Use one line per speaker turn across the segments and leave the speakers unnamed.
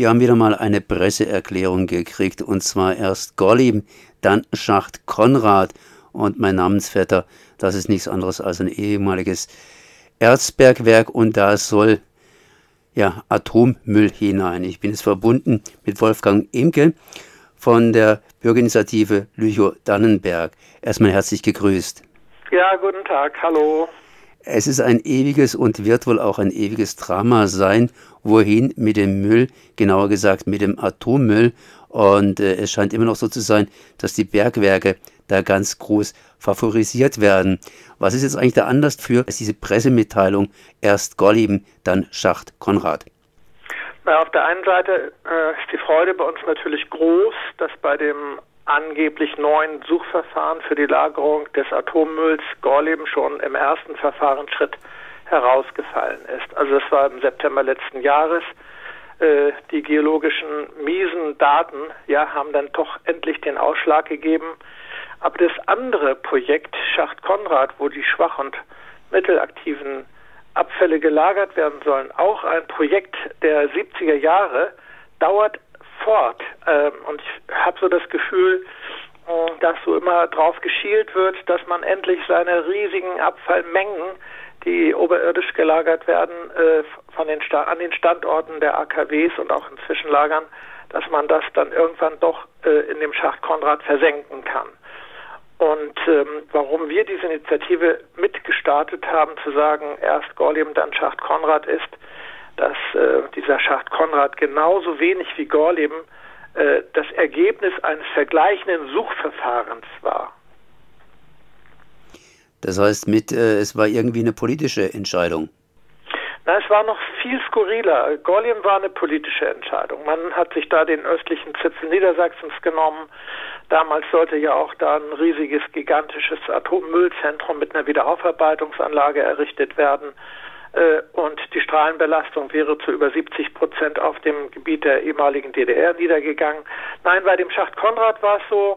Wir haben wieder mal eine Presseerklärung gekriegt, und zwar erst Gorleben, dann Schacht Konrad. Und mein Namensvetter, das ist nichts anderes als ein ehemaliges Erzbergwerk, und da soll Atommüll hinein. Ich bin jetzt verbunden mit Wolfgang Imke von der Bürgerinitiative Lüchow-Dannenberg. Erstmal herzlich gegrüßt.
Ja, guten Tag, hallo.
Es ist ein ewiges und wird wohl auch ein ewiges Drama sein, wohin mit dem Müll, genauer gesagt mit dem Atommüll. Und es scheint immer noch so zu sein, dass die Bergwerke da ganz groß favorisiert werden. Was ist jetzt eigentlich der Anlass für diese Pressemitteilung, erst Gorleben, dann Schacht Konrad?
Na, auf der einen Seite ist die Freude bei uns natürlich groß, dass bei dem angeblich neuen Suchverfahren für die Lagerung des Atommülls Gorleben schon im ersten Verfahrensschritt herausgefallen ist. Also das war im September letzten Jahres. Die geologischen miesen Daten haben dann doch endlich den Ausschlag gegeben. Aber das andere Projekt Schacht Konrad, wo die schwach- und mittelaktiven Abfälle gelagert werden sollen, auch ein Projekt der 70er Jahre, dauert fort. Und ich habe so das Gefühl, dass so immer drauf geschielt wird, dass man endlich seine riesigen Abfallmengen, die oberirdisch gelagert werden, an den Standorten der AKWs und auch in Zwischenlagern, dass man das dann irgendwann doch in dem Schacht Konrad versenken kann. Und warum wir diese Initiative mitgestartet haben, zu sagen, erst Gorleben, dann Schacht Konrad, ist, dass dieser Schacht Konrad genauso wenig wie Gorleben das Ergebnis eines vergleichenden Suchverfahrens war.
Das heißt, es war irgendwie eine politische Entscheidung.
Na, es war noch viel skurriler. Gorleben war eine politische Entscheidung. Man hat sich da den östlichen Zipfel Niedersachsens genommen. Damals sollte ja auch da ein riesiges, gigantisches Atommüllzentrum mit einer Wiederaufarbeitungsanlage errichtet werden. Und die Strahlenbelastung wäre zu über 70% auf dem Gebiet der ehemaligen DDR niedergegangen. Nein, bei dem Schacht Konrad war es so,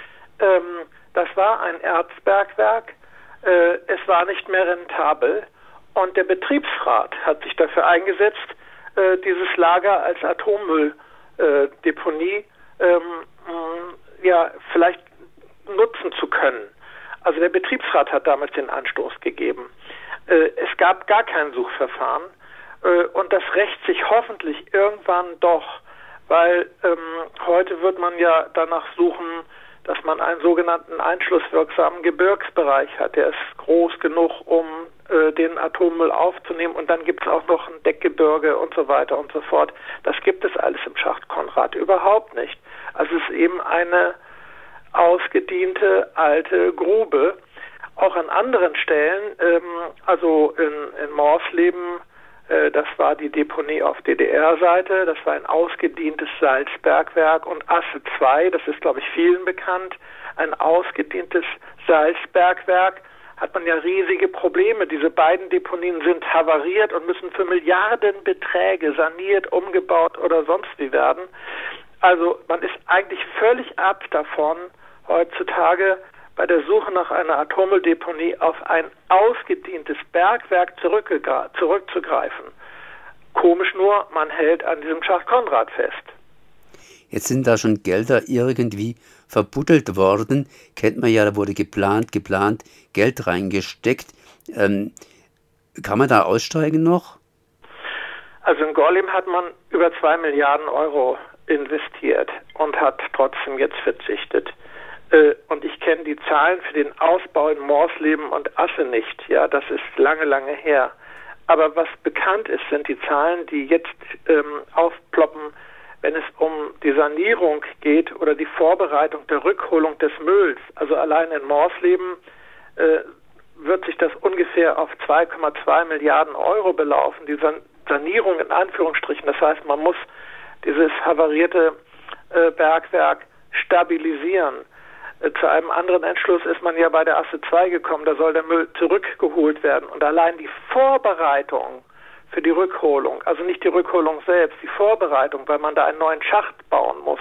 das war ein Erzbergwerk, es war nicht mehr rentabel und der Betriebsrat hat sich dafür eingesetzt, dieses Lager als Atommülldeponie vielleicht nutzen zu können. Also der Betriebsrat hat damals den Anstoß gegeben. Es gab gar kein Suchverfahren und das rächt sich hoffentlich irgendwann doch, weil heute wird man ja danach suchen, dass man einen sogenannten einschlusswirksamen Gebirgsbereich hat. Der ist groß genug, um den Atommüll aufzunehmen, und dann gibt es auch noch ein Deckgebirge und so weiter und so fort. Das gibt es alles im Schacht Konrad überhaupt nicht. Also es ist eben eine ausgediente alte Grube. Auch an anderen Stellen, also in Morsleben, das war die Deponie auf DDR-Seite, das war ein ausgedientes Salzbergwerk, und Asse 2, das ist, glaube ich, vielen bekannt, ein ausgedientes Salzbergwerk, hat man ja riesige Probleme. Diese beiden Deponien sind havariert und müssen für Milliardenbeträge saniert, umgebaut oder sonst wie werden. Also man ist eigentlich völlig ab davon, heutzutage bei der Suche nach einer Atommülldeponie auf ein ausgedientes Bergwerk zurückzugreifen. Komisch nur, man hält an diesem Schacht Konrad fest.
Jetzt sind da schon Gelder irgendwie verbuddelt worden. Kennt man ja, da wurde geplant, Geld reingesteckt. Kann man da aussteigen noch?
Also in Gorleben hat man über 2 Milliarden Euro investiert und hat trotzdem jetzt verzichtet. Und ich kenne die Zahlen für den Ausbau in Morsleben und Asse nicht. Ja, das ist lange, lange her. Aber was bekannt ist, sind die Zahlen, die jetzt aufploppen, wenn es um die Sanierung geht oder die Vorbereitung der Rückholung des Mülls. Also allein in Morsleben wird sich das ungefähr auf 2,2 Milliarden Euro belaufen. Die Sanierung in Anführungsstrichen. Das heißt, man muss dieses havarierte Bergwerk stabilisieren. Zu einem anderen Entschluss ist man ja bei der Asse 2 gekommen, da soll der Müll zurückgeholt werden. Und allein die Vorbereitung für die Rückholung, also nicht die Rückholung selbst, die Vorbereitung, weil man da einen neuen Schacht bauen muss,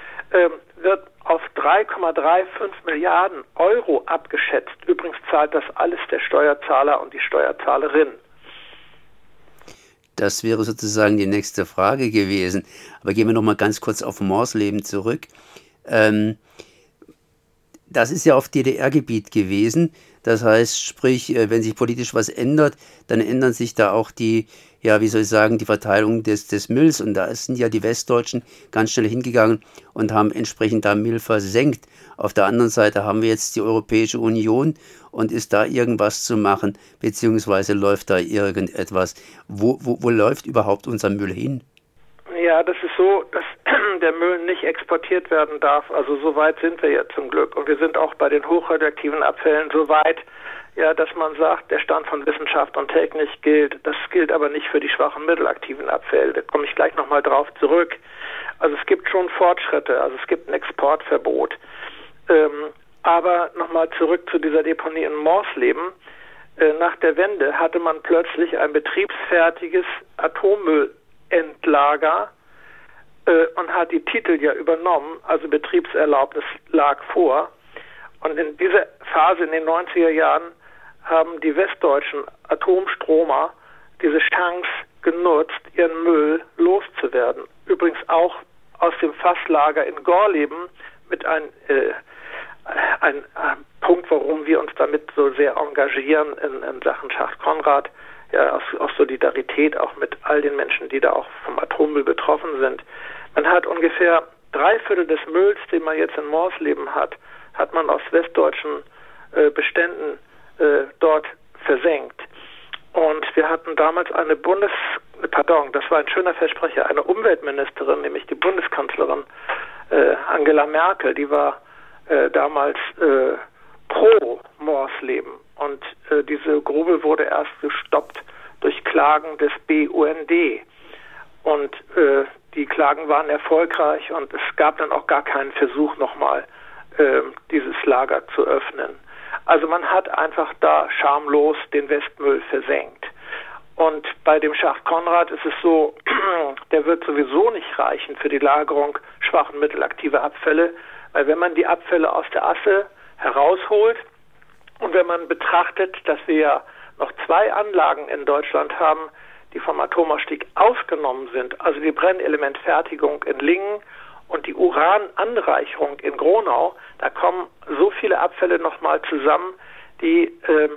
wird auf 3,35 Milliarden Euro abgeschätzt. Übrigens zahlt das alles der Steuerzahler und die Steuerzahlerin.
Das wäre sozusagen die nächste Frage gewesen. Aber gehen wir noch mal ganz kurz auf Morsleben zurück. Das ist ja auf DDR-Gebiet gewesen. Das heißt, sprich, wenn sich politisch was ändert, dann ändern sich da auch die, ja, wie soll ich sagen, die Verteilung des Mülls. Und da sind ja die Westdeutschen ganz schnell hingegangen und haben entsprechend da Müll versenkt. Auf der anderen Seite haben wir jetzt die Europäische Union und ist da irgendwas zu machen, beziehungsweise läuft da irgendetwas. Wo läuft überhaupt unser Müll hin?
Ja, das ist so, dass der Müll nicht exportiert werden darf. Also so weit sind wir ja zum Glück. Und wir sind auch bei den hochradioaktiven Abfällen so weit, ja, dass man sagt, der Stand von Wissenschaft und Technik gilt. Das gilt aber nicht für die schwachen mittelaktiven Abfälle. Da komme ich gleich nochmal drauf zurück. Also es gibt schon Fortschritte. Also es gibt ein Exportverbot. Aber nochmal zurück zu dieser Deponie in Morsleben. Nach der Wende hatte man plötzlich ein betriebsfertiges Atommüllendlager und hat die Titel ja übernommen, also Betriebserlaubnis lag vor. Und in dieser Phase in den 90er Jahren haben die westdeutschen Atomstromer diese Chance genutzt, ihren Müll loszuwerden. Übrigens auch aus dem Fasslager in Gorleben mit ein Punkt, warum wir uns damit so sehr engagieren in Sachen Schacht Konrad, ja, aus Solidarität auch mit all den Menschen, die da auch vom Atommüll betroffen sind. Man hat ungefähr 3/4 des Mülls, den man jetzt in Morsleben hat man aus westdeutschen Beständen dort versenkt. Und wir hatten damals das war ein schöner Versprecher, eine Umweltministerin, nämlich die Bundeskanzlerin Angela Merkel, die war damals pro Morsleben. Und diese Grube wurde erst gestoppt durch Klagen des BUND. Und die Klagen waren erfolgreich und es gab dann auch gar keinen Versuch nochmal, dieses Lager zu öffnen. Also man hat einfach da schamlos den Westmüll versenkt. Und bei dem Schacht Konrad ist es so, der wird sowieso nicht reichen für die Lagerung schwachen mittelaktiver Abfälle, weil wenn man die Abfälle aus der Asse herausholt und wenn man betrachtet, dass wir ja noch 2 Anlagen in Deutschland haben, die vom Atomausstieg ausgenommen sind, also die Brennelementfertigung in Lingen und die Urananreicherung in Gronau, da kommen so viele Abfälle nochmal zusammen, die,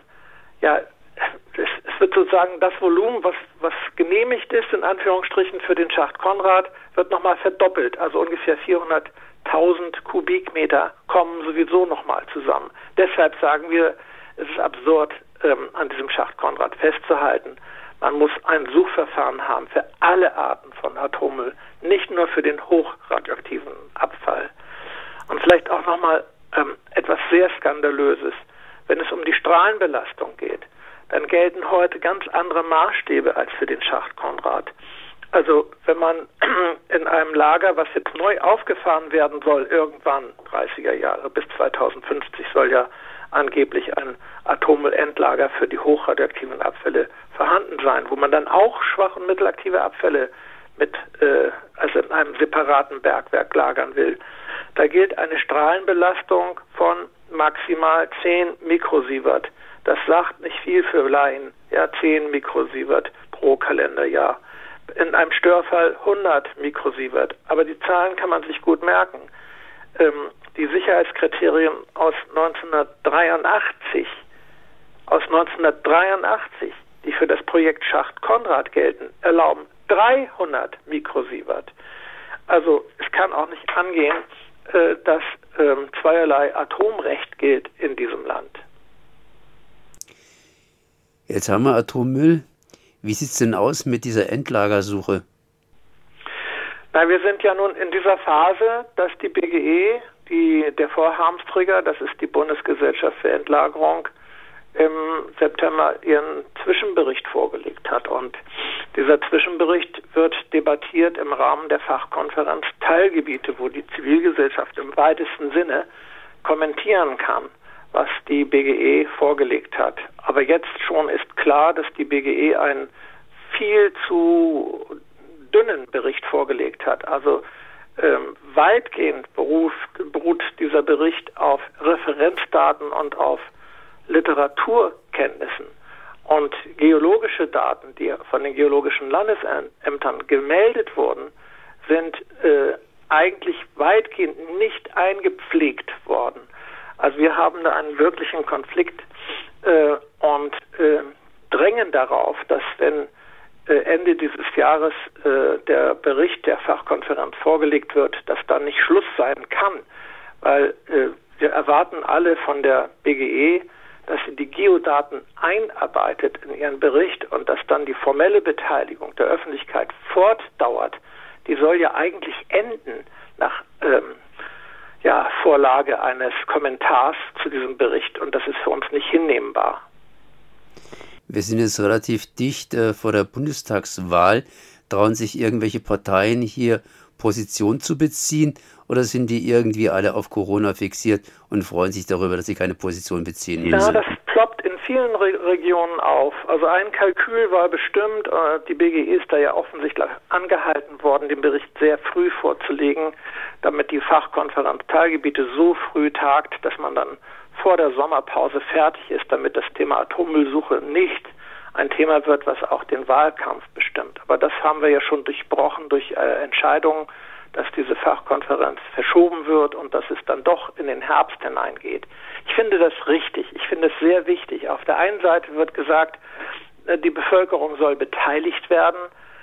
es wird sozusagen das Volumen, was genehmigt ist, in Anführungsstrichen für den Schacht Konrad, wird nochmal verdoppelt, also ungefähr 400.000 Kubikmeter kommen sowieso nochmal zusammen. Deshalb sagen wir, es ist absurd, an diesem Schacht Konrad festzuhalten. Man muss ein Suchverfahren haben für alle Arten von Atommüll, nicht nur für den hochradioaktiven Abfall. Und vielleicht auch nochmal etwas sehr Skandalöses. Wenn es um die Strahlenbelastung geht, dann gelten heute ganz andere Maßstäbe als für den Schacht Konrad. Also wenn man in einem Lager, was jetzt neu aufgefahren werden soll, irgendwann 30er Jahre bis 2050 soll ja angeblich ein Atommüllendlager für die hochradioaktiven Abfälle vorhanden sein, wo man dann auch schwach und mittelaktive Abfälle also in einem separaten Bergwerk lagern will. Da gilt eine Strahlenbelastung von maximal 10 Mikrosievert. Das sagt nicht viel für Laien, ja, 10 Mikrosievert pro Kalenderjahr. In einem Störfall 100 Mikrosievert. Aber die Zahlen kann man sich gut merken. Die Sicherheitskriterien aus 1983, die für das Projekt Schacht Konrad gelten, erlauben 300 Mikrosievert. Also es kann auch nicht angehen, dass zweierlei Atomrecht gilt in diesem Land.
Jetzt haben wir Atommüll. Wie sieht es denn aus mit dieser Endlagersuche?
Na, wir sind ja nun in dieser Phase, dass die BGE, der Vorhabensträger, das ist die Bundesgesellschaft für Endlagerung, im September ihren Zwischenbericht vorgelegt hat. Und dieser Zwischenbericht wird debattiert im Rahmen der Fachkonferenz Teilgebiete, wo die Zivilgesellschaft im weitesten Sinne kommentieren kann, was die BGE vorgelegt hat. Aber jetzt schon ist klar, dass die BGE einen viel zu dünnen Bericht vorgelegt hat. Also weitgehend beruht dieser Bericht auf Referenzdaten und auf Literaturkenntnissen. Und geologische Daten, die von den geologischen Landesämtern gemeldet wurden, sind eigentlich weitgehend nicht eingepflegt worden. Also wir haben da einen wirklichen Konflikt und drängen darauf, dass wenn Ende dieses Jahres der Bericht der Fachkonferenz vorgelegt wird, dass dann nicht Schluss sein kann, weil wir erwarten alle von der BGE, dass sie die Geodaten einarbeitet in ihren Bericht und dass dann die formelle Beteiligung der Öffentlichkeit fortdauert. Die soll ja eigentlich enden nach Vorlage eines Kommentars zu diesem Bericht und das ist für uns nicht hinnehmbar.
Wir sind jetzt relativ dicht vor der Bundestagswahl. Trauen sich irgendwelche Parteien hier Position zu beziehen oder sind die irgendwie alle auf Corona fixiert und freuen sich darüber, dass sie keine Position beziehen müssen?
Ja, das ploppt in vielen Regionen auf. Also ein Kalkül war bestimmt, die BGE ist da ja offensichtlich angehalten worden, den Bericht sehr früh vorzulegen, damit die Fachkonferenz Teilgebiete so früh tagt, dass man dann vor der Sommerpause fertig ist, damit das Thema Atommüllsuche nicht ein Thema wird, was auch den Wahlkampf bestimmt. Aber das haben wir ja schon durchbrochen durch Entscheidungen, dass diese Fachkonferenz verschoben wird und dass es dann doch in den Herbst hineingeht. Ich finde das richtig. Ich finde es sehr wichtig. Auf der einen Seite wird gesagt, die Bevölkerung soll beteiligt werden.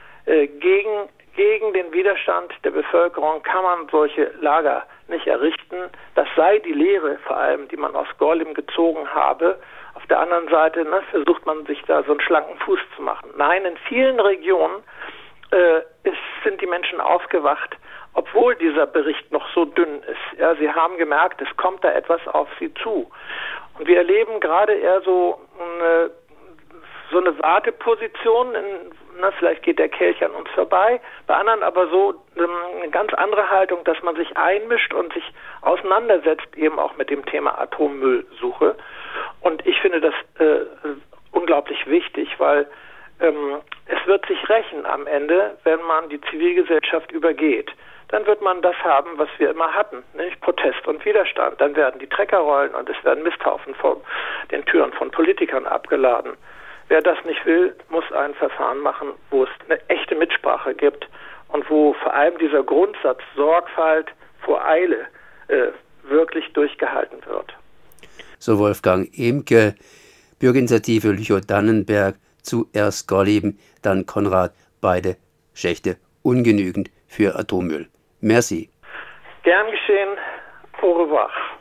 Gegen den Widerstand der Bevölkerung kann man solche Lager nicht errichten. Das sei die Lehre vor allem, die man aus Gorleben gezogen habe. Auf der anderen Seite versucht man sich da so einen schlanken Fuß zu machen. Nein, in vielen Regionen sind die Menschen aufgewacht, obwohl dieser Bericht noch so dünn ist. Ja, sie haben gemerkt, es kommt da etwas auf sie zu. Und wir erleben gerade eher so eine Warteposition, vielleicht geht der Kelch an uns vorbei, bei anderen aber so eine ganz andere Haltung, dass man sich einmischt und sich auseinandersetzt eben auch mit dem Thema Atommüllsuche. Und ich finde das unglaublich wichtig, weil es wird sich rächen am Ende, wenn man die Zivilgesellschaft übergeht. Dann wird man das haben, was wir immer hatten, nämlich Protest und Widerstand. Dann werden die Trecker rollen und es werden Misthaufen vor den Türen von Politikern abgeladen. Wer das nicht will, muss ein Verfahren machen, wo es eine echte Mitsprache gibt und wo vor allem dieser Grundsatz Sorgfalt vor Eile wirklich durchgehalten wird.
So Wolfgang Emke, Bürgerinitiative Lüchow-Dannenberg, zuerst Gorleben, dann Konrad, beide Schächte ungenügend für Atommüll. Merci.
Gern geschehen. Au revoir.